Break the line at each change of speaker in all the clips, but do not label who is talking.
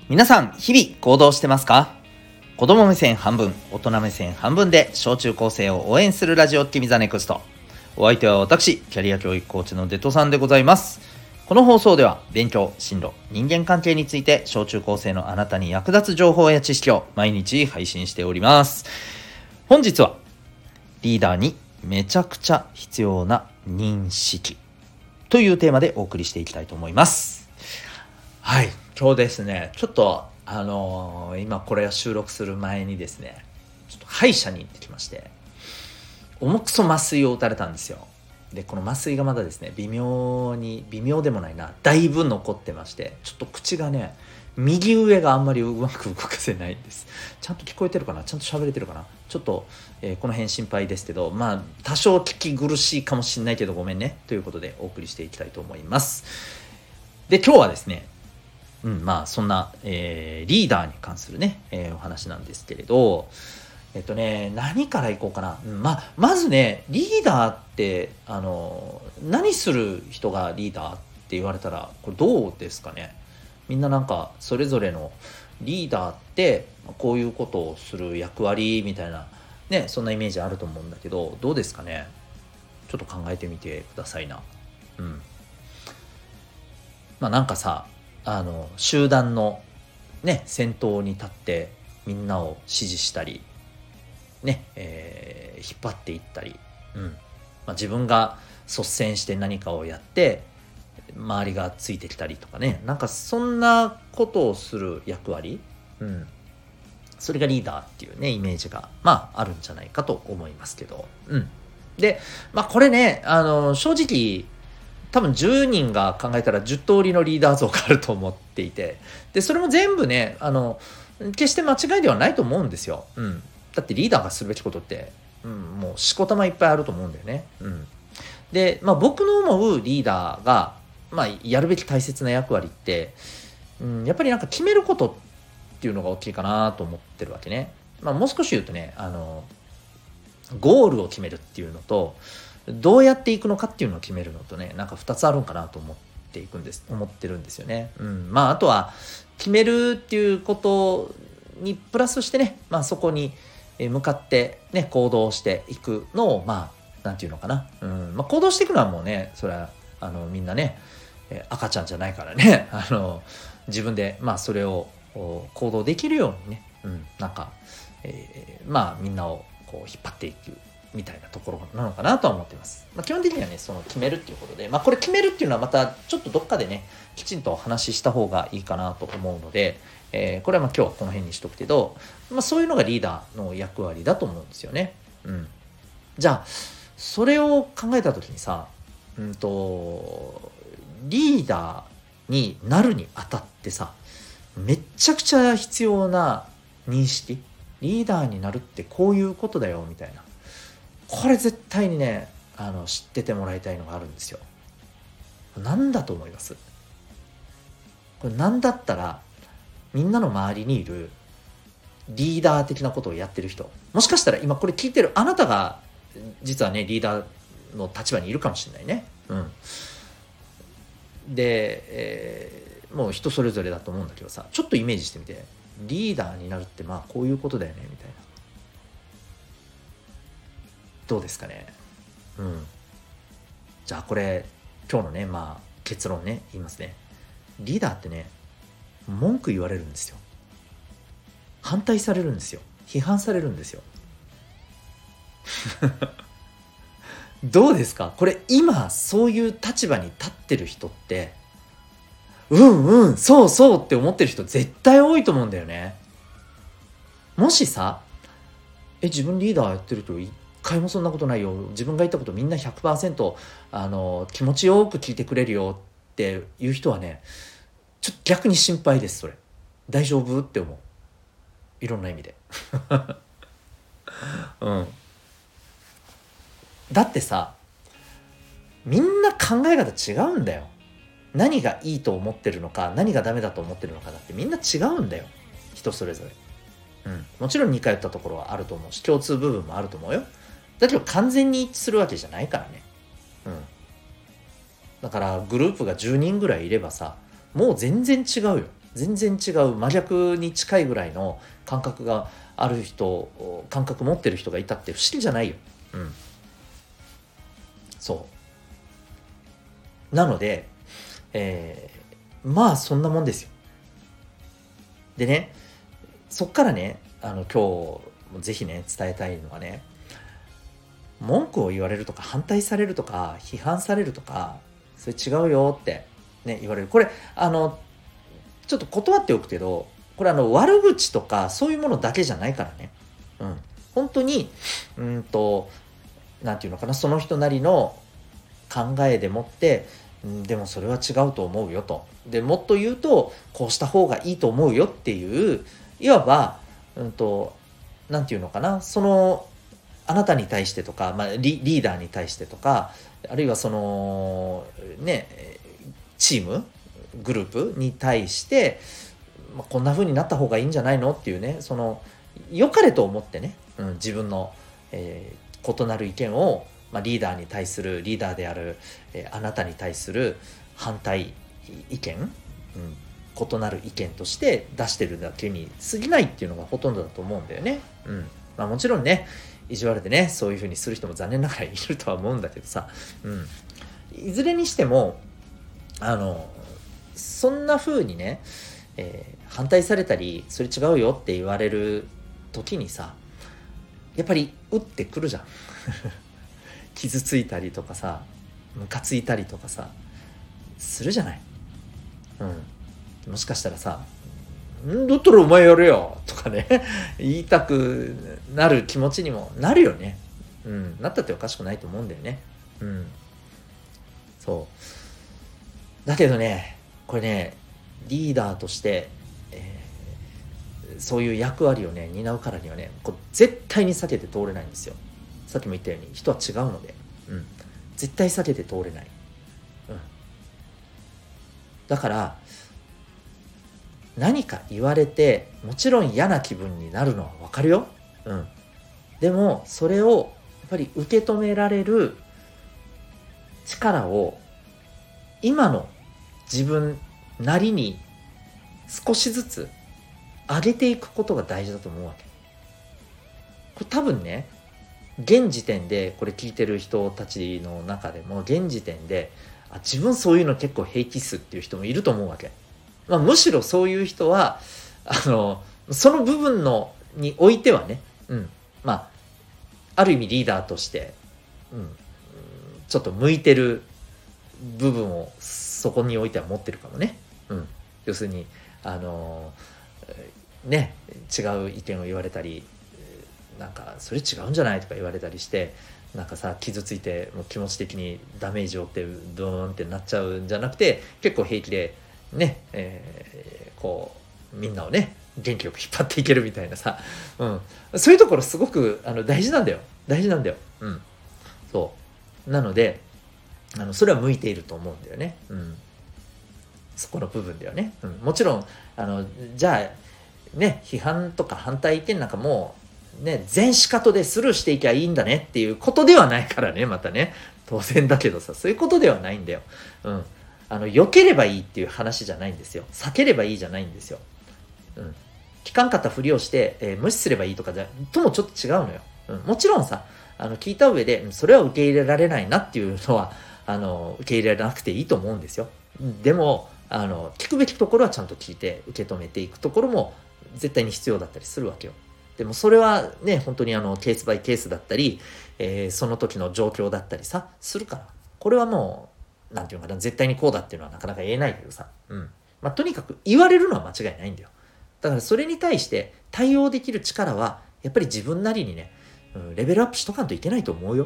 皆さん、日々行動してますか？子供目線半分、大人目線半分で小中高生を応援するラジオ君ザネクスト。お相手は私、キャリア教育コーチのデトさんでございます。この放送では勉強、進路、人間関係について小中高生のあなたに役立つ情報や知識を毎日配信しております。本日はリーダーにめちゃくちゃ必要な認識というテーマでお送りしていきたいと思います。はい、今日ですね、ちょっと今これを収録する前にですね、ちょっと歯医者に行ってきまして、重くそ麻酔を打たれたんですよ。で、この麻酔がまだですね、微妙でもないな、だいぶ残ってまして、ちょっと口がね、右上があんまりうまく動かせないんです。ちゃんと聞こえてるかな、ちゃんと喋れてるかな、ちょっと、この辺心配ですけど、多少聞き苦しいかもしれないけどごめんねということでお送りしていきたいと思います。で、今日はですね、そんな、リーダーに関するね、お話なんですけれど、何からいこうかな。まずね、リーダーって何する人がリーダーって言われたら、これどうですかね。みんななんかそれぞれのリーダーってこういうことをする役割みたいなね、そんなイメージあると思うんだけど、どうですかね。ちょっと考えてみてくださいな。なんかさ、集団のね、先頭に立ってみんなを指示したりね、引っ張っていったり、自分が率先して何かをやって周りがついてきたりとかね、なんかそんなことをする役割、それがリーダーっていうね、イメージがあるんじゃないかと思いますけど、で、これね、正直多分10人が考えたら10通りのリーダー像があると思っていて、でそれも全部ね、決して間違いではないと思うんですよ。だってリーダーがするべきことって、もうしこたまいっぱいあると思うんだよね。で、僕の思うリーダーが、やるべき大切な役割って、やっぱりなんか決めることっていうのが大きいかなと思ってるわけね。もう少し言うとね、ゴールを決めるっていうのと、どうやっていくのかっていうのを決めるのとね、なんか2つあるんかなと思ってるんですよね。あとは決めるっていうことにプラスしてね、そこに向かってね、行動していくのをなんていうのかな、行動していくのはもうね、それはみんなね、赤ちゃんじゃないからね、自分でそれを行動できるようにね、なんか、みんなをこう引っ張っていくみたいなところなのかなとは思っています。基本的にはね、その決めるっていうことで、これ決めるっていうのはまたちょっとどっかでね、きちんとお話しした方がいいかなと思うので、これは今日はこの辺にしとくけど、そういうのがリーダーの役割だと思うんですよね。じゃあそれを考えた時にさ、リーダーになるにあたってさ、めっちゃくちゃ必要な認識、リーダーになるってこういうことだよみたいな、これ絶対にね、知っててもらいたいのがあるんですよ。何だと思います？これ何だったらみんなの周りにいるリーダー的なことをやってる人、もしかしたら今これ聞いてるあなたが実はね、リーダーの立場にいるかもしれないね。で、もう人それぞれだと思うんだけどさ、ちょっとイメージしてみて、リーダーになるってこういうことだよねみたいな。どうですかね。じゃあこれ今日のね、結論ね、言いますね。リーダーってね、文句言われるんですよ。反対されるんですよ。批判されるんですよ。どうですか？これ今そういう立場に立ってる人って、そうそうって思ってる人絶対多いと思うんだよね。もしさ、自分リーダーやってると一回もそんなことないよ、自分が言ったことみんな 100% 気持ちよく聞いてくれるよっていう人はね、ちょっと逆に心配です。それ大丈夫って思う、いろんな意味で。だってさ、みんな考え方違うんだよ。何がいいと思ってるのか、何がダメだと思ってるのかだってみんな違うんだよ、人それぞれ。もちろん似通ったところはあると思うし、共通部分もあると思うよ。だけど完全に一致するわけじゃないからね。だからグループが10人ぐらいいればさ、もう全然違うよ。 全然違う真逆に近いぐらいの感覚がある人、感覚持ってる人がいたって不思議じゃないよ。そうなので、まあそんなもんですよ。でね、そっからね、今日もぜひね伝えたいのはね、文句を言われるとか反対されるとか批判されるとか、それ違うよってね言われる。これちょっと断っておくけど、これ悪口とかそういうものだけじゃないからね。本当になんていうのかな、その人なりの考えでもって、でもそれは違うと思うよと。でもっと言うとこうした方がいいと思うよっていう、いわばなんていうのかな、そのあなたに対してとか、リーダーに対してとか、あるいはそのねチームグループに対して、こんな風になった方がいいんじゃないのっていうね、その良かれと思ってね、自分の、異なる意見を、リーダーに対するリーダーである、あなたに対する反対意見、異なる意見として出してるだけに過ぎないっていうのがほとんどだと思うんだよね。もちろんね、意地悪でねそういう風にする人も残念ながらいるとは思うんだけどさ、いずれにしてもそんな風にね、反対されたりそれ違うよって言われる時にさ、やっぱり打ってくるじゃん傷ついたりとかさ、ムカついたりとかさするじゃない。もしかしたらさ、だったらお前やれよとかね言いたくなる気持ちにもなるよね。なったっておかしくないと思うんだよね。そうだけどね、これねリーダーとして、そういう役割をね担うからにはね、こう絶対に避けて通れないんですよ。さっきも言ったように人は違うので、絶対避けて通れない。だから何か言われてもちろん嫌な気分になるのはわかるよ。でもそれをやっぱり受け止められる力を今の自分なりに少しずつ上げていくことが大事だと思うわけ。これ多分ね、現時点でこれ聞いてる人たちの中でも現時点で自分そういうの結構平気っすっていう人もいると思うわけ。むしろそういう人はその部分のにおいてはね、ある意味リーダーとして、ちょっと向いてる部分をそこにおいては持ってるかもね。要するに違う意見を言われたり、なんかそれ違うんじゃないとか言われたりして、なんかさ傷ついてもう気持ち的にダメージを負ってドーンってなっちゃうんじゃなくて、結構平気でね、こうみんなをね元気よく引っ張っていけるみたいなさ、そういうところすごく大事なんだよ。そうなのでそれは向いていると思うんだよね。そこの部分ではね、もちろんじゃあね批判とか反対意見なんかもね全シカトでスルーしていきゃいいんだねっていうことではないからね、またね当然だけどさ、そういうことではないんだよ。避ければいいっていう話じゃないんですよ。避ければいいじゃないんですよ。聞かんかったふりをして、無視すればいいとかともちょっと違うのよ。もちろんさ聞いた上でそれは受け入れられないなっていうのは受け入れられなくていいと思うんですよ。でも聞くべきところはちゃんと聞いて受け止めていくところも絶対に必要だったりするわけよ。でもそれはね本当にケースバイケースだったり、その時の状況だったりさするから、これはもうなんていうのかな、絶対にこうだっていうのはなかなか言えないけどさ、とにかく言われるのは間違いないんだよ。だからそれに対して対応できる力はやっぱり自分なりにね、レベルアップしとかんといけないと思うよ。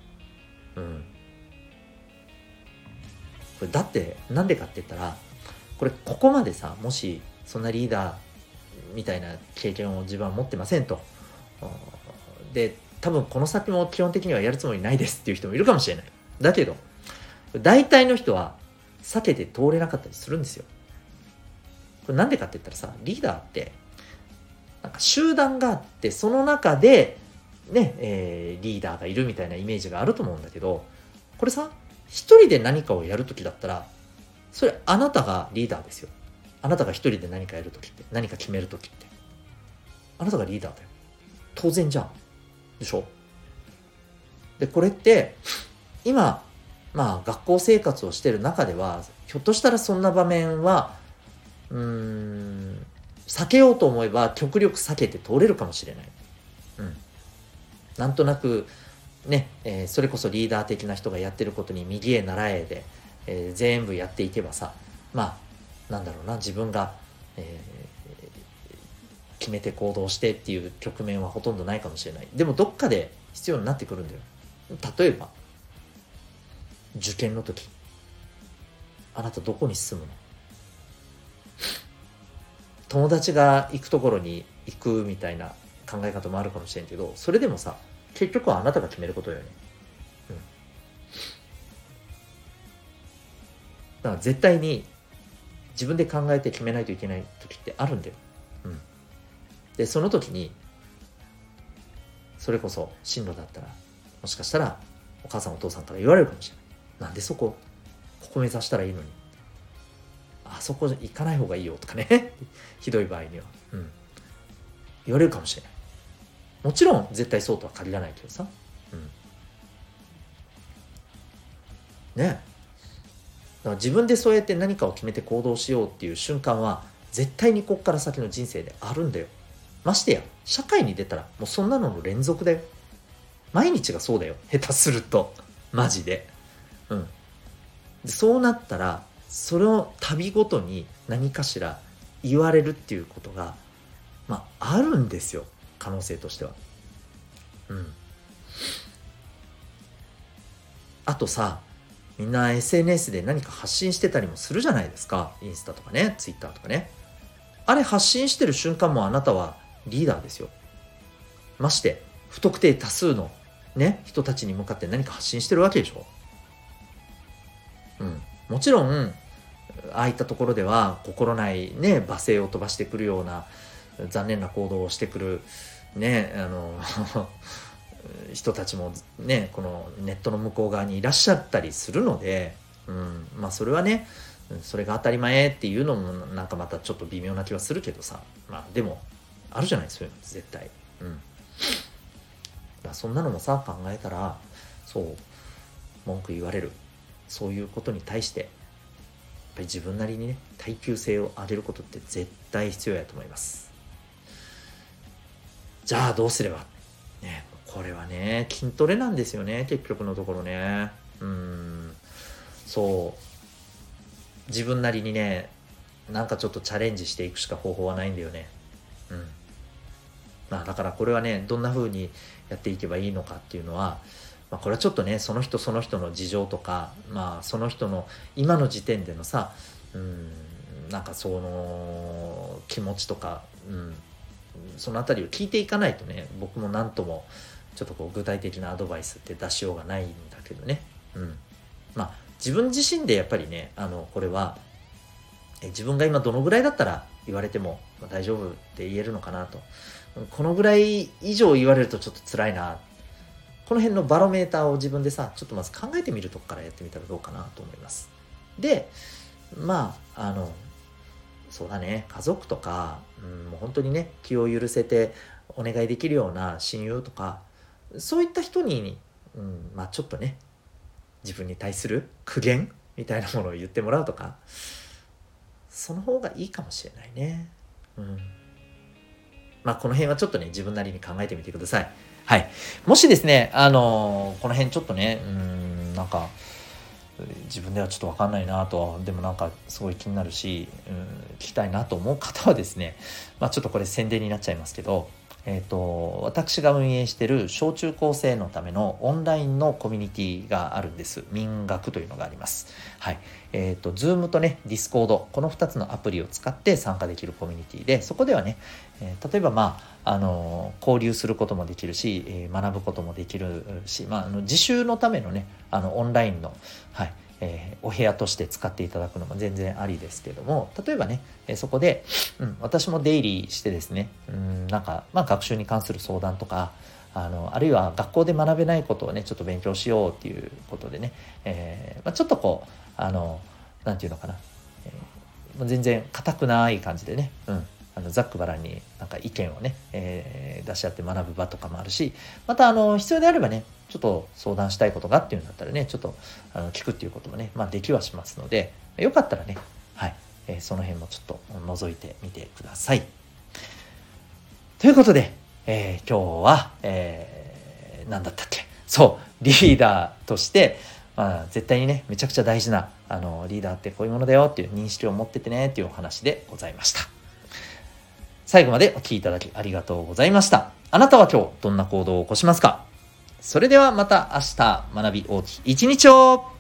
これだってなんでかって言ったら、ここまでさ、もしそんなリーダーみたいな経験を自分は持ってませんと、で多分この先も基本的にはやるつもりないですっていう人もいるかもしれない。だけど大体の人は避けて通れなかったりするんですよ。これなんでかって言ったらさ、リーダーってなんか集団があって、その中でね、リーダーがいるみたいなイメージがあると思うんだけど、これさ一人で何かをやるときだったらそれあなたがリーダーですよ。 あなたが一人で何かやるときって、何か決めるときって、あなたがリーダーだよ。当然じゃん。でしょ。で、これって今学校生活をしてる中ではひょっとしたらそんな場面は避けようと思えば極力避けて通れるかもしれない。なんとなくね、それこそリーダー的な人がやってることに右へ習えで、全部やっていけばさ、なんだろうな、自分が、決めて行動してっていう局面はほとんどないかもしれない。でもどっかで必要になってくるんだよ。例えば受験の時、あなたどこに進むの？友達が行くところに行くみたいな考え方もあるかもしれんけど、それでもさ、結局はあなたが決めることよね。だから絶対に自分で考えて決めないといけない時ってあるんだよ。で、その時にそれこそ進路だったら、もしかしたらお母さんお父さんから言われるかもしれない。なんでここ目指したらいいのに、あそこ行かない方がいいよとかねひどい場合には、言われるかもしれない。もちろん絶対そうとは限らないけどさ、ね。だから自分でそうやって何かを決めて行動しようっていう瞬間は絶対にこっから先の人生であるんだよ。ましてや社会に出たらもうそんなのの連続だよ。毎日がそうだよ、下手すると。マジで。でそうなったらその度ごとに何かしら言われるっていうことがあるんですよ、可能性としては。あとさ、みんな SNS で何か発信してたりもするじゃないですか。インスタとかね、ツイッターとかね。あれ発信してる瞬間もあなたはリーダーですよ。まして不特定多数のね、人たちに向かって何か発信してるわけでしょ。もちろんああいったところでは心ないね、罵声を飛ばしてくるような残念な行動をしてくるね、人たちもね、このネットの向こう側にいらっしゃったりするので、それはね、それが当たり前っていうのもなんかまたちょっと微妙な気はするけどさ、でもあるじゃない、そういうの絶対。そんなのもさ、考えたら、そう文句言われる、そういうことに対してやっぱり自分なりにね、耐久性を上げることって絶対必要やと思います。じゃあどうすればね、これはね、筋トレなんですよね、結局のところね。そう自分なりにね、なんかちょっとチャレンジしていくしか方法はないんだよね。だからこれはね、どんな風にやっていけばいいのかっていうのは、これはちょっとね、その人その人の事情とか、その人の今の時点でのさ、なんかその気持ちとか、そのあたりを聞いていかないとね、僕もなんともちょっとこう具体的なアドバイスって出しようがないんだけどね。自分自身でやっぱりね、これは自分が今どのぐらいだったら言われても大丈夫って言えるのかなと。このぐらい以上言われるとちょっと辛いな。この辺のバロメーターを自分でさ、ちょっとまず考えてみるとこからやってみたらどうかなと思います。で、そうだね、家族とか、もう本当にね、気を許せてお願いできるような親友とか、そういった人に、ちょっとね、自分に対する苦言みたいなものを言ってもらうとか、その方がいいかもしれないね。この辺はちょっとね、自分なりに考えてみてください。はい。もしですね、この辺ちょっとね、なんか、自分ではちょっとわかんないなと、でもなんかすごい気になるし、聞きたいなと思う方はですね、ちょっとこれ宣伝になっちゃいますけど、私が運営している小中高生のためのオンラインのコミュニティがあるんです。民学というのがあります。はい。Zoom とね、Discord、この2つのアプリを使って参加できるコミュニティで、そこではね、例えば交流することもできるし、学ぶこともできるし、自習のためのね、オンラインの、はい、お部屋として使っていただくのも全然ありですけども、例えばね、そこで、私も出入りしてですね、学習に関する相談とか、あるいは学校で学べないことをね、ちょっと勉強しようっていうことでね、ちょっとこう、なんていうのかな、 もう全然固くない感じでね、ざっくばらんになんか意見をね、出し合って学ぶ場とかもあるし、また必要であればね、ちょっと相談したいことがっていうんだったらね、ちょっと聞くっていうこともね、できはしますので、よかったらね、はい、その辺もちょっと覗いてみてください。ということで、今日は、何だったっけ、そうリーダーとして、絶対にねめちゃくちゃ大事なリーダーってこういうものだよっていう認識を持っててねっていうお話でございました。最後までお聞きいただきありがとうございました。あなたは今日どんな行動を起こしますか？それではまた明日、学び大きい一日を。